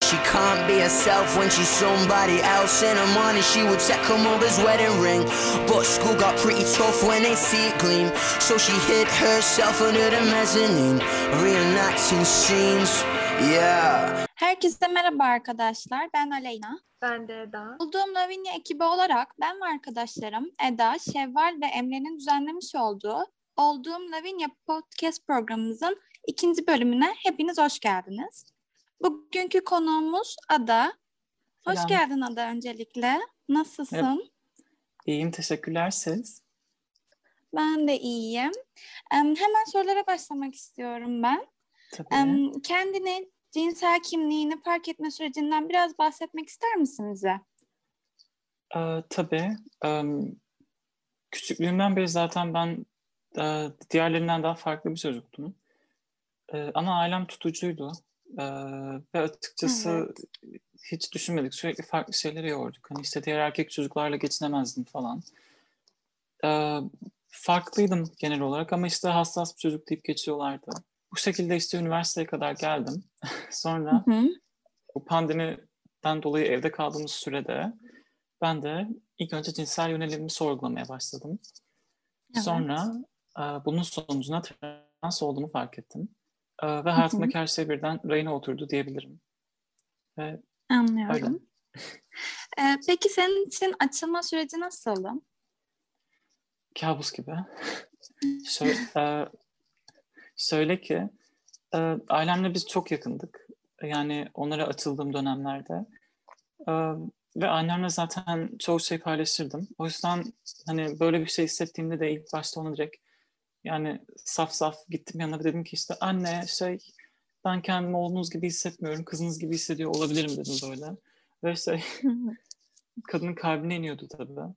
She can't be herself when she's somebody else. In the morning she would check her mother's wedding ring, but school got pretty tough when they see it gleam, so she hid herself under the mezzanine, reenacting scenes. Yeah. Herkese merhaba arkadaşlar. Ben Aleyna. Ben de Eda. Olduğum Lavinia ekibi olarak ben ve arkadaşlarım Eda, Şevval ve Emre'nin düzenlemiş olduğum Lavinia Podcast programımızın 2. bölümüne hepiniz hoş geldiniz. Bugünkü konuğumuz Ada. Hoş Selam. geldin Ada öncelikle. Nasılsın? İyiyim, teşekkürler siz. Ben de iyiyim. Hemen sorulara başlamak istiyorum ben. Tabii. Kendini, cinsel kimliğini fark etme sürecinden biraz bahsetmek ister misin bize? Tabii. Küçüklüğümden beri zaten ben diğerlerinden daha farklı bir çocuktum. Ama ailem tutucuydu. Ve açıkçası hiç düşünmedik. Sürekli farklı şeyleri yorduk. Hani işte diğer erkek çocuklarla geçinemezdim falan. Farklıydım genel olarak ama işte hassas bir çocuk deyip geçiyorlardı. Bu şekilde işte üniversiteye kadar geldim. Sonra bu pandemiden dolayı evde kaldığımız sürede ben de ilk önce cinsel yönelimimi sorgulamaya başladım. Evet. Sonra bunun sonucunda trans olduğumu fark ettim. Ve hayatımdaki her şey birden rayına oturdu diyebilirim. Ve Anlıyorum. Peki senin için açılma süreci nasıldı? Kabus gibi. Şöyle ki ailemle biz çok yakındık. Yani onlara açıldığım dönemlerde. Ve annemle zaten çoğu şey paylaşırdım. O yüzden hani böyle bir şey hissettiğimde de ilk başta onu direkt yani saf gittim yanına ve dedim ki işte anne ben kendimi oğlunuz gibi hissetmiyorum, kızınız gibi hissediyor olabilirim dedim böyle. Ve kadının kalbine iniyordu tabii.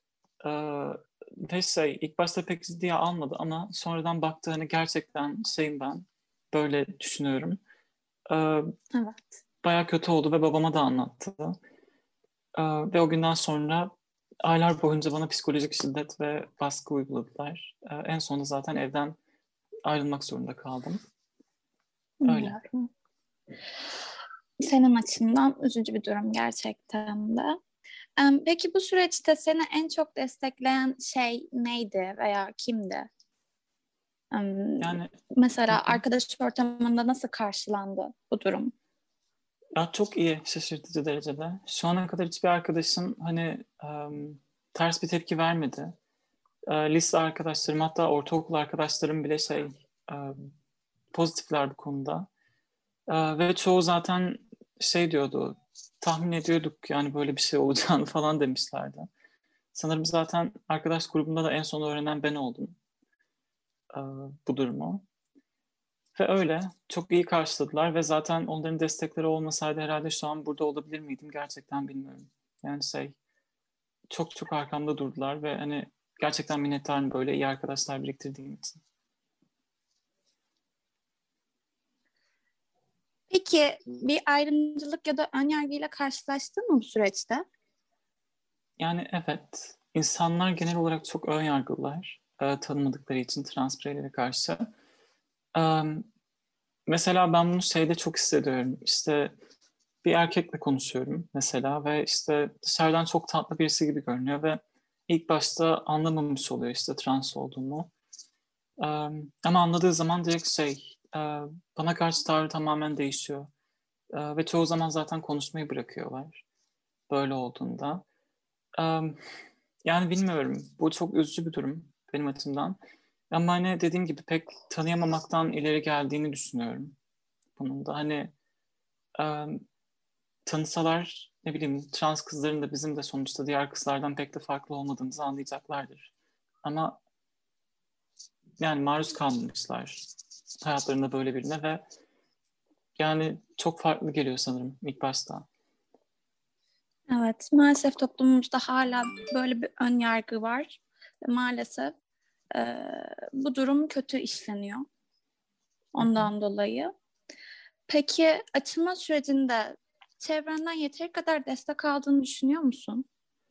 Ve ilk başta pek ciddiye almadı ama sonradan baktı hani gerçekten ben böyle düşünüyorum. Evet. Bayağı kötü oldu ve babama da anlattı. Ve o günden sonra aylar boyunca bana psikolojik şiddet ve baskı uyguladılar. En sonunda zaten evden ayrılmak zorunda kaldım. Öyle. Anlıyorum. Senin açından üzücü bir durum gerçekten de. Peki bu süreçte seni en çok destekleyen şey neydi veya kimdi? Yani Mesela arkadaş ortamında nasıl karşılandı bu durum? ya çok iyi, şaşırtıcı derecede. Şu ana kadar hiçbir arkadaşım hani ters bir tepki vermedi. Lise arkadaşlarım hatta ortaokul arkadaşlarım bile pozitifler bu konuda. Ve çoğu zaten diyordu, tahmin ediyorduk yani böyle bir şey olacağını falan demişlerdi. Sanırım zaten arkadaş grubunda da en son öğrenen ben oldum bu durumu. Ve öyle çok iyi karşıladılar ve zaten onların destekleri olmasaydı herhalde şu an burada olabilir miydim gerçekten bilmiyorum. Yani çok arkamda durdular ve hani gerçekten minnettarım böyle iyi arkadaşlar biriktirdiğim için. Peki bir ayrımcılık ya da önyargıyla karşılaştın mı bu süreçte? Yani evet, insanlar genel olarak çok önyargılılar tanımadıkları için trans bireylere karşı. Mesela ben bunu çok hissediyorum. İşte bir erkekle konuşuyorum mesela ve işte dışarıdan çok tatlı birisi gibi görünüyor ve ilk başta anlamamış oluyor işte trans olduğumu. Ama anladığı zaman direkt bana karşı tavrı tamamen değişiyor. Ve çoğu zaman zaten konuşmayı bırakıyorlar böyle olduğunda. Yani bilmiyorum. Bu çok üzücü bir durum benim açımdan. Ama hani dediğim gibi pek tanıyamamaktan ileri geldiğini düşünüyorum bunun da. Hani tanısalar ne bileyim trans kızların da bizim de sonuçta diğer kızlardan pek de farklı olmadığımızı anlayacaklardır. Ama yani maruz kalmamışlar hayatlarında böyle birine ve yani çok farklı geliyor sanırım ilk başta. Evet, maalesef toplumumuzda hala böyle bir ön yargı var. Ve maalesef bu durum kötü işleniyor. Ondan dolayı. Peki açılma sürecinde çevrenden yeteri kadar destek aldığını düşünüyor musun?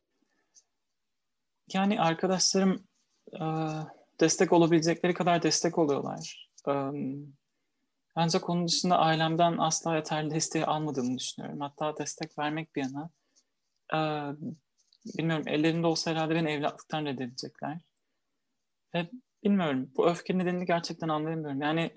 Yani arkadaşlarım destek olabilecekleri kadar destek oluyorlar. Ancak onun dışında ailemden asla yeterli desteği almadığımı düşünüyorum. Hatta destek vermek bir yana. Ee, Bilmiyorum, ellerinde olsa herhalde beni evlatlıktan reddedecekler. Ve bilmiyorum, bu öfke nedenini gerçekten anlayamıyorum. Yani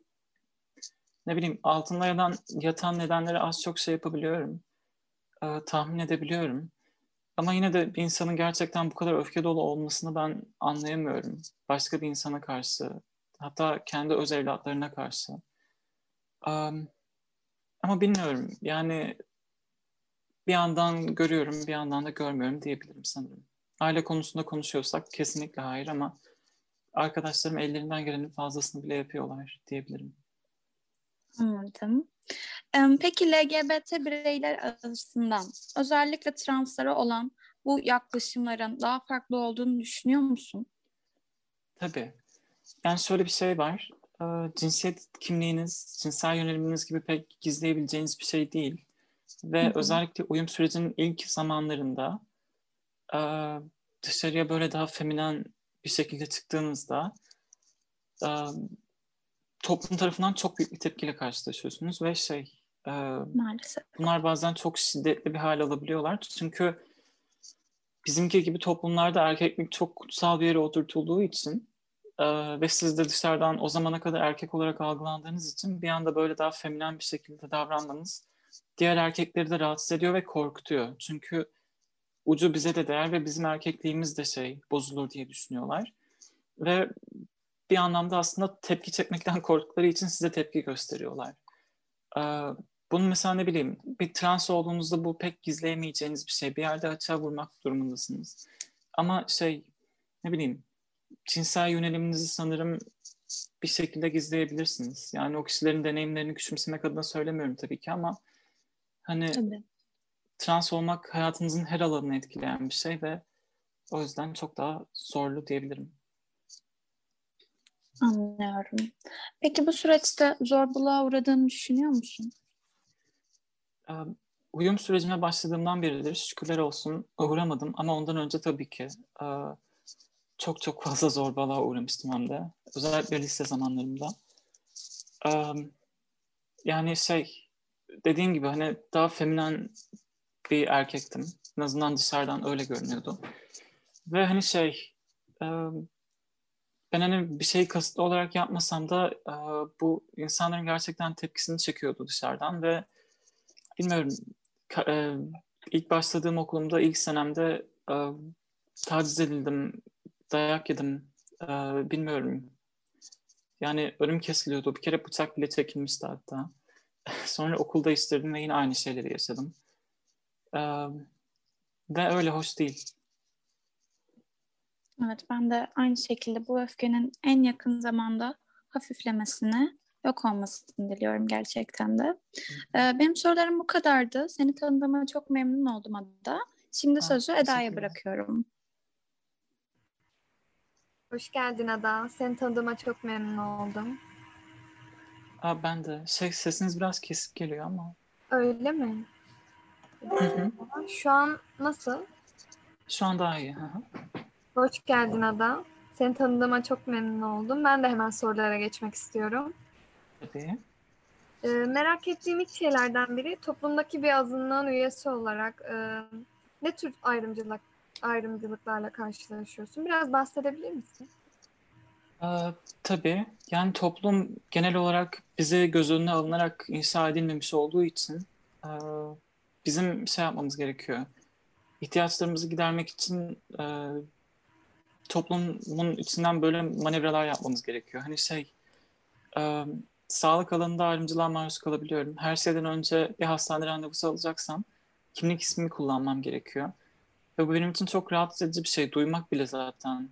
ne bileyim, altında yatan nedenleri az çok şey yapabiliyorum. Tahmin edebiliyorum. Ama yine de bir insanın gerçekten bu kadar öfke dolu olmasını ben anlayamıyorum. Başka bir insana karşı, hatta kendi öz evlatlarına karşı. Am, Ama bilmiyorum, yani bir yandan görüyorum, bir yandan da görmüyorum diyebilirim sanırım. Aile konusunda konuşuyorsak kesinlikle hayır, ama arkadaşlarım ellerinden gelenin fazlasını bile yapıyorlar diyebilirim. Anladım. Peki LGBT bireyler arasından özellikle translara olan bu yaklaşımların daha farklı olduğunu düşünüyor musun? Tabii. Yani şöyle bir şey var. Cinsiyet kimliğiniz, cinsel yöneliminiz gibi pek gizleyebileceğiniz bir şey değil. Hı Ve hı. özellikle uyum sürecinin ilk zamanlarında e, dışarıya böyle daha feminen bir şekilde çıktığınızda e, toplum tarafından çok büyük bir tepkiyle karşılaşıyorsunuz ve e, Maalesef. bunlar bazen çok şiddetli bir hal alabiliyorlar. Çünkü bizimki gibi toplumlarda erkeklik çok kutsal bir yere oturtulduğu için ve siz de dışarıdan o zamana kadar erkek olarak algılandığınız için bir anda böyle daha feminen bir şekilde davranmanız diğer erkekleri de rahatsız ediyor ve korkutuyor. Çünkü ucu bize de değer ve bizim erkekliğimiz de bozulur diye düşünüyorlar. Ve bir anlamda aslında tepki çekmekten korktukları için size tepki gösteriyorlar. Ee, Bunu mesela ne bileyim, bir trans olduğunuzda bu pek gizleyemeyeceğiniz bir şey. Bir yerde açığa vurmak durumundasınız. Ama ne bileyim, cinsel yöneliminizi sanırım bir şekilde gizleyebilirsiniz. Yani o kişilerin deneyimlerini küçümsemek adına söylemiyorum tabii ki, ama hani Tabii. trans olmak hayatınızın her alanını etkileyen bir şey ve o yüzden çok daha zorlu diyebilirim. Anlıyorum. Peki bu süreçte zorbalığa uğradığını düşünüyor musun? Ee, Uyum sürecime başladığımdan beridir şükürler olsun uğramadım, ama ondan önce tabii ki e, çok çok fazla zorbalığa uğramıştım hem de. Özellikle lise zamanlarımda. Ee, Yani dediğim gibi hani daha feminen bir erkektim. En azından dışarıdan öyle görünüyordu. Ve hani e, ben hani bir şey kasıtlı olarak yapmasam da bu insanların gerçekten tepkisini çekiyordu dışarıdan ve bilmiyorum, ka- e, ilk başladığım okulumda ilk senemde taciz edildim, dayak yedim, e, bilmiyorum. Yani önüm kesiliyordu. Bir kere bıçak bile çekilmişti hatta. Sonra okul değiştirdim ve yine aynı şeyleri yaşadım. E, Ve öyle hoş değil. Evet, ben de aynı şekilde bu öfkenin en yakın zamanda hafiflemesini, yok olmasını diliyorum gerçekten de. Benim sorularım bu kadardı. Seni tanıdığıma çok memnun oldum Ada. Şimdi sözü Eda'ya Teşekkürler. bırakıyorum. Hoş geldin Ada. Seni tanıdığıma çok memnun oldum. Ben de. Sesiniz biraz kesik geliyor ama. Öyle mi? Hı hı. Şu an nasıl? Şu an daha iyi. Hı hı. Hoş geldin Ada. Seni tanıdığıma çok memnun oldum. Ben de hemen sorulara geçmek istiyorum. Tabii. Merak ettiğim ilk şeylerden biri toplumdaki bir azınlığın üyesi olarak ne tür ayrımcılıklarla karşılaşıyorsun? Biraz bahsedebilir misin? Tabii. Yani toplum genel olarak bize göz önüne alınarak inşa edilmemiş olduğu için e, bizim yapmamız gerekiyor. İhtiyaçlarımızı gidermek için toplumun içinden böyle manevralar yapmamız gerekiyor. Hani e, sağlık alanında ayrımcılığa maruz kalabiliyorum. Her şeyden önce bir hastane randevusu alacaksam kimlik ismimi kullanmam gerekiyor. Ve bu benim için çok rahatsız edici bir şey. Duymak bile zaten.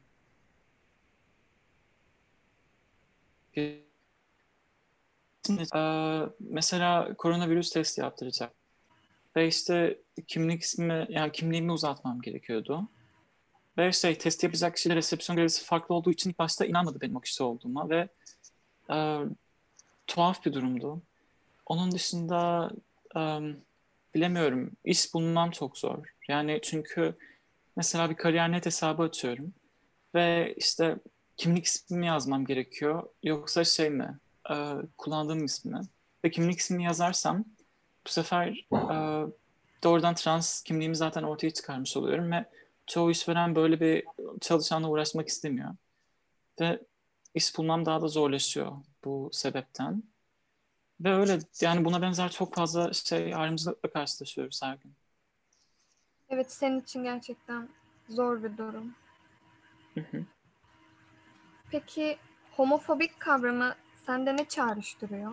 Şimdi, mesela koronavirüs testi yaptıracak. Ve işte yani kimliğimi uzatmam gerekiyordu. Ve test yapacak kişiyle resepsiyon görevlisi farklı olduğu için ilk başta inanmadı benim o kişi olduğuma ve e, tuhaf bir durumdu. Onun dışında e, bilemiyorum, iş bulmam çok zor. Yani çünkü mesela bir kariyer.net hesabı açıyorum ve işte kimlik ismimi yazmam gerekiyor. Yoksa mi? kullandığım ismi. Ve kimlik ismini yazarsam bu sefer doğrudan trans kimliğimi zaten ortaya çıkarmış oluyorum ve çoğu işveren böyle bir çalışanla uğraşmak istemiyor. Ve iş bulmam daha da zorlaşıyor bu sebepten. Ve öyle yani buna benzer çok fazla ayrımcılıkla karşılaşıyoruz her gün. Evet, senin için gerçekten zor bir durum. Hı hı. Peki homofobik kavramı sende ne çağrıştırıyor?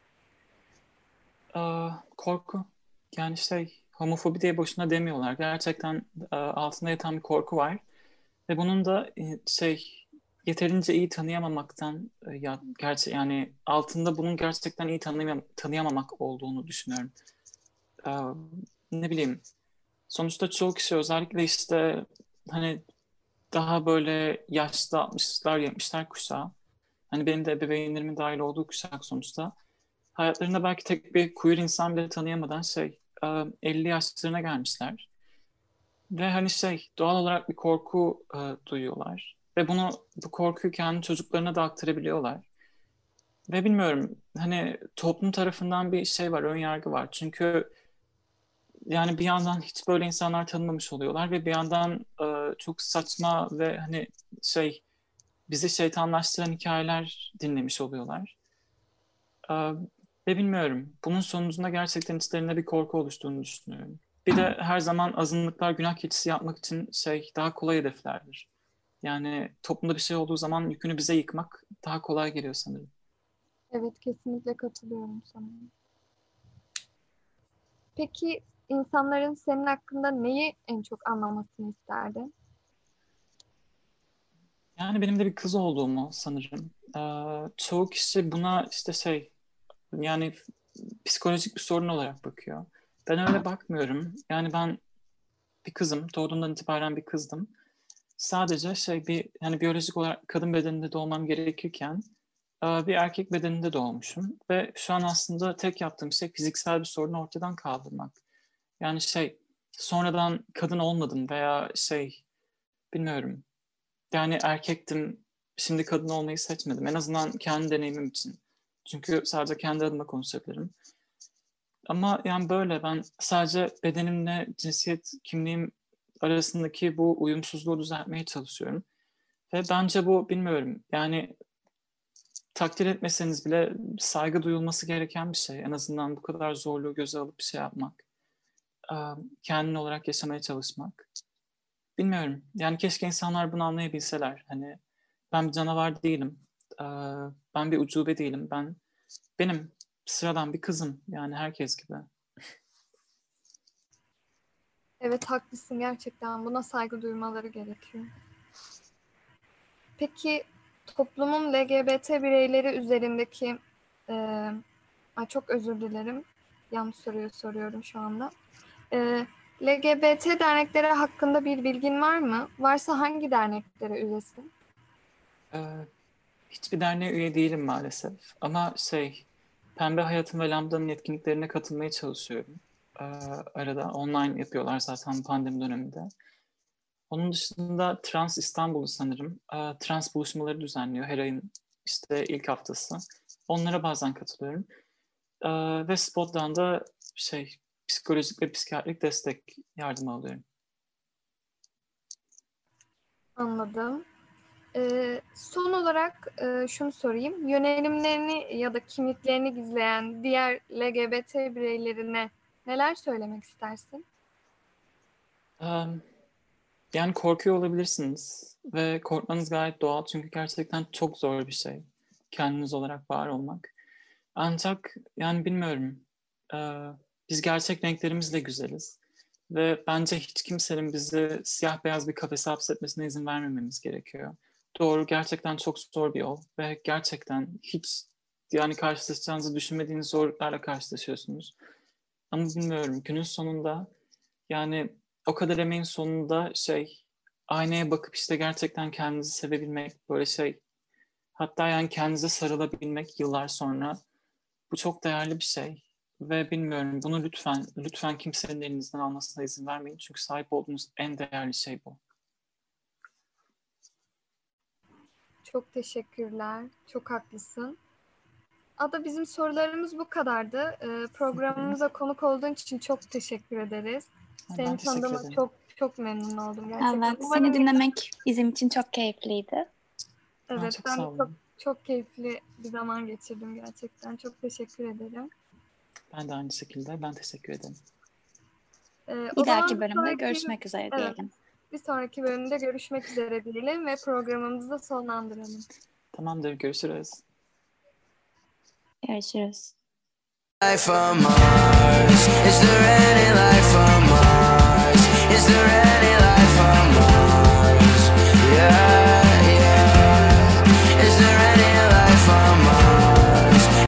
Korku. Yani homofobi diye boşuna demiyorlar. Gerçekten altında yatan bir korku var. Ve bunun da yeterince iyi tanıyamamaktan yani altında bunun gerçekten iyi tanıyamamak olduğunu düşünüyorum. Ee, Ne bileyim. Sonuçta çoğu kişi özellikle hani daha böyle yaşlı 60'lar 70'ler kuşağı. Hani benim de ebeveynlerimin dahil olduğu kuşak sonuçta. Hayatlarında belki tek bir queer insan bile tanıyamadan 50 yaşlarına gelmişler. Ve hani doğal olarak bir korku duyuyorlar. Ve bu korkuyu kendi çocuklarına da aktarabiliyorlar. Ve bilmiyorum hani toplum tarafından bir var, ön yargı var. Çünkü yani bir yandan hiç böyle insanlar tanımamış oluyorlar ve bir yandan çok saçma ve hani bizi şeytanlaştıran hikayeler dinlemiş oluyorlar. E, Ve bilmiyorum. Bunun sonucunda gerçekten içlerinde bir korku oluştuğunu düşünüyorum. Bir de her zaman azınlıklar günah keçisi yapmak için daha kolay hedeflerdir. Yani toplumda bir şey olduğu zaman yükünü bize yıkmak daha kolay geliyor sanırım. Evet, kesinlikle katılıyorum sana. Peki insanların senin hakkında neyi en çok anlamasını isterdin? Yani benim de bir kız olduğumu sanırım. Çoğu kişi buna yani psikolojik bir sorun olarak bakıyor. Ben öyle bakmıyorum. Yani ben bir kızım. Doğduğumdan itibaren bir kızdım. Sadece yani biyolojik olarak kadın bedeninde doğmam gerekirken bir erkek bedeninde doğmuşum. Ve şu an aslında tek yaptığım şey fiziksel bir sorunu ortadan kaldırmak. Yani sonradan kadın olmadım veya bilmiyorum. Yani erkektim, şimdi kadın olmayı seçmedim. En azından kendi deneyimim için. Çünkü sadece kendi adıma konuşabilirim. Ama yani böyle ben sadece bedenimle cinsiyet kimliğim arasındaki bu uyumsuzluğu düzeltmeye çalışıyorum. Ve bence bu bilmiyorum yani takdir etmeseniz bile saygı duyulması gereken bir şey. En azından bu kadar zorluğu göze alıp bir şey yapmak. Kendin olarak yaşamaya çalışmak. Bilmiyorum. Yani keşke insanlar bunu anlayabilseler. Hani ben bir canavar değilim. Ee, Ben bir ucube değilim. Benim sıradan bir kızım. Yani herkes gibi. Evet, haklısın, gerçekten buna saygı duymaları gerekiyor. Peki toplumun LGBT bireyleri üzerindeki e, çok özür dilerim. Yanlış soruyu soruyorum şu anda. LGBT dernekleri hakkında bir bilgin var mı? Varsa hangi derneklere üyesin? Ee, Hiçbir derneğe üye değilim maalesef. Ama Pembe Hayatım ve Lambda'nın etkinliklerine katılmaya çalışıyorum. Ee, Arada online yapıyorlar zaten pandemi döneminde. Onun dışında Trans İstanbul'u sanırım trans buluşmaları düzenliyor her ayın ilk haftası. Onlara bazen katılıyorum. Ve Spot'tan da psikolojik ve psikiyatrik destek yardımı alıyorum. Anladım. Son olarak şunu sorayım. Yönelimlerini ya da kimliklerini gizleyen diğer LGBT bireylerine neler söylemek istersin? Ee, Yani korkuyor olabilirsiniz ve korkmanız gayet doğal çünkü gerçekten çok zor bir şey kendiniz olarak var olmak. Ancak yani bilmiyorum, Ee, biz gerçek renklerimizle güzeliz ve bence hiç kimsenin bizi siyah beyaz bir kafese hapsetmesine izin vermememiz gerekiyor. Doğru, gerçekten çok zor bir yol ve gerçekten hiç yani karşılaşacağınızı düşünmediğiniz zorluklarla karşılaşıyorsunuz. Ama bilmiyorum, günün sonunda yani o kadar emeğin sonunda aynaya bakıp gerçekten kendinizi sevebilmek böyle hatta yani kendinize sarılabilmek yıllar sonra bu çok değerli bir şey. Ve bilmiyorum bunu lütfen kimsenin elinizden almasına izin vermeyin. Çünkü sahip olduğunuz en değerli şey bu. Çok teşekkürler. Çok haklısın. Ada, bizim sorularımız bu kadardı. Programımıza konuk olduğun için çok teşekkür ederiz. Ben Seni teşekkür tanıdığıma ederim. çok çok memnun oldum gerçekten. Evet, Umarım seni dinlemek bizim için çok keyifliydi. evet, çok ben sağ de olun. çok keyifli bir zaman geçirdim gerçekten. Çok teşekkür ederim. Ben de aynı şekilde. Ben teşekkür ederim. O Bir dahaki zaman bölümde görüşmek üzere evet, diyelim. bir sonraki bölümde görüşmek üzere diyelim ve programımızı da sonlandıralım. Tamamdır. Görüşürüz. Görüşürüz. Life on Mars, is there any life?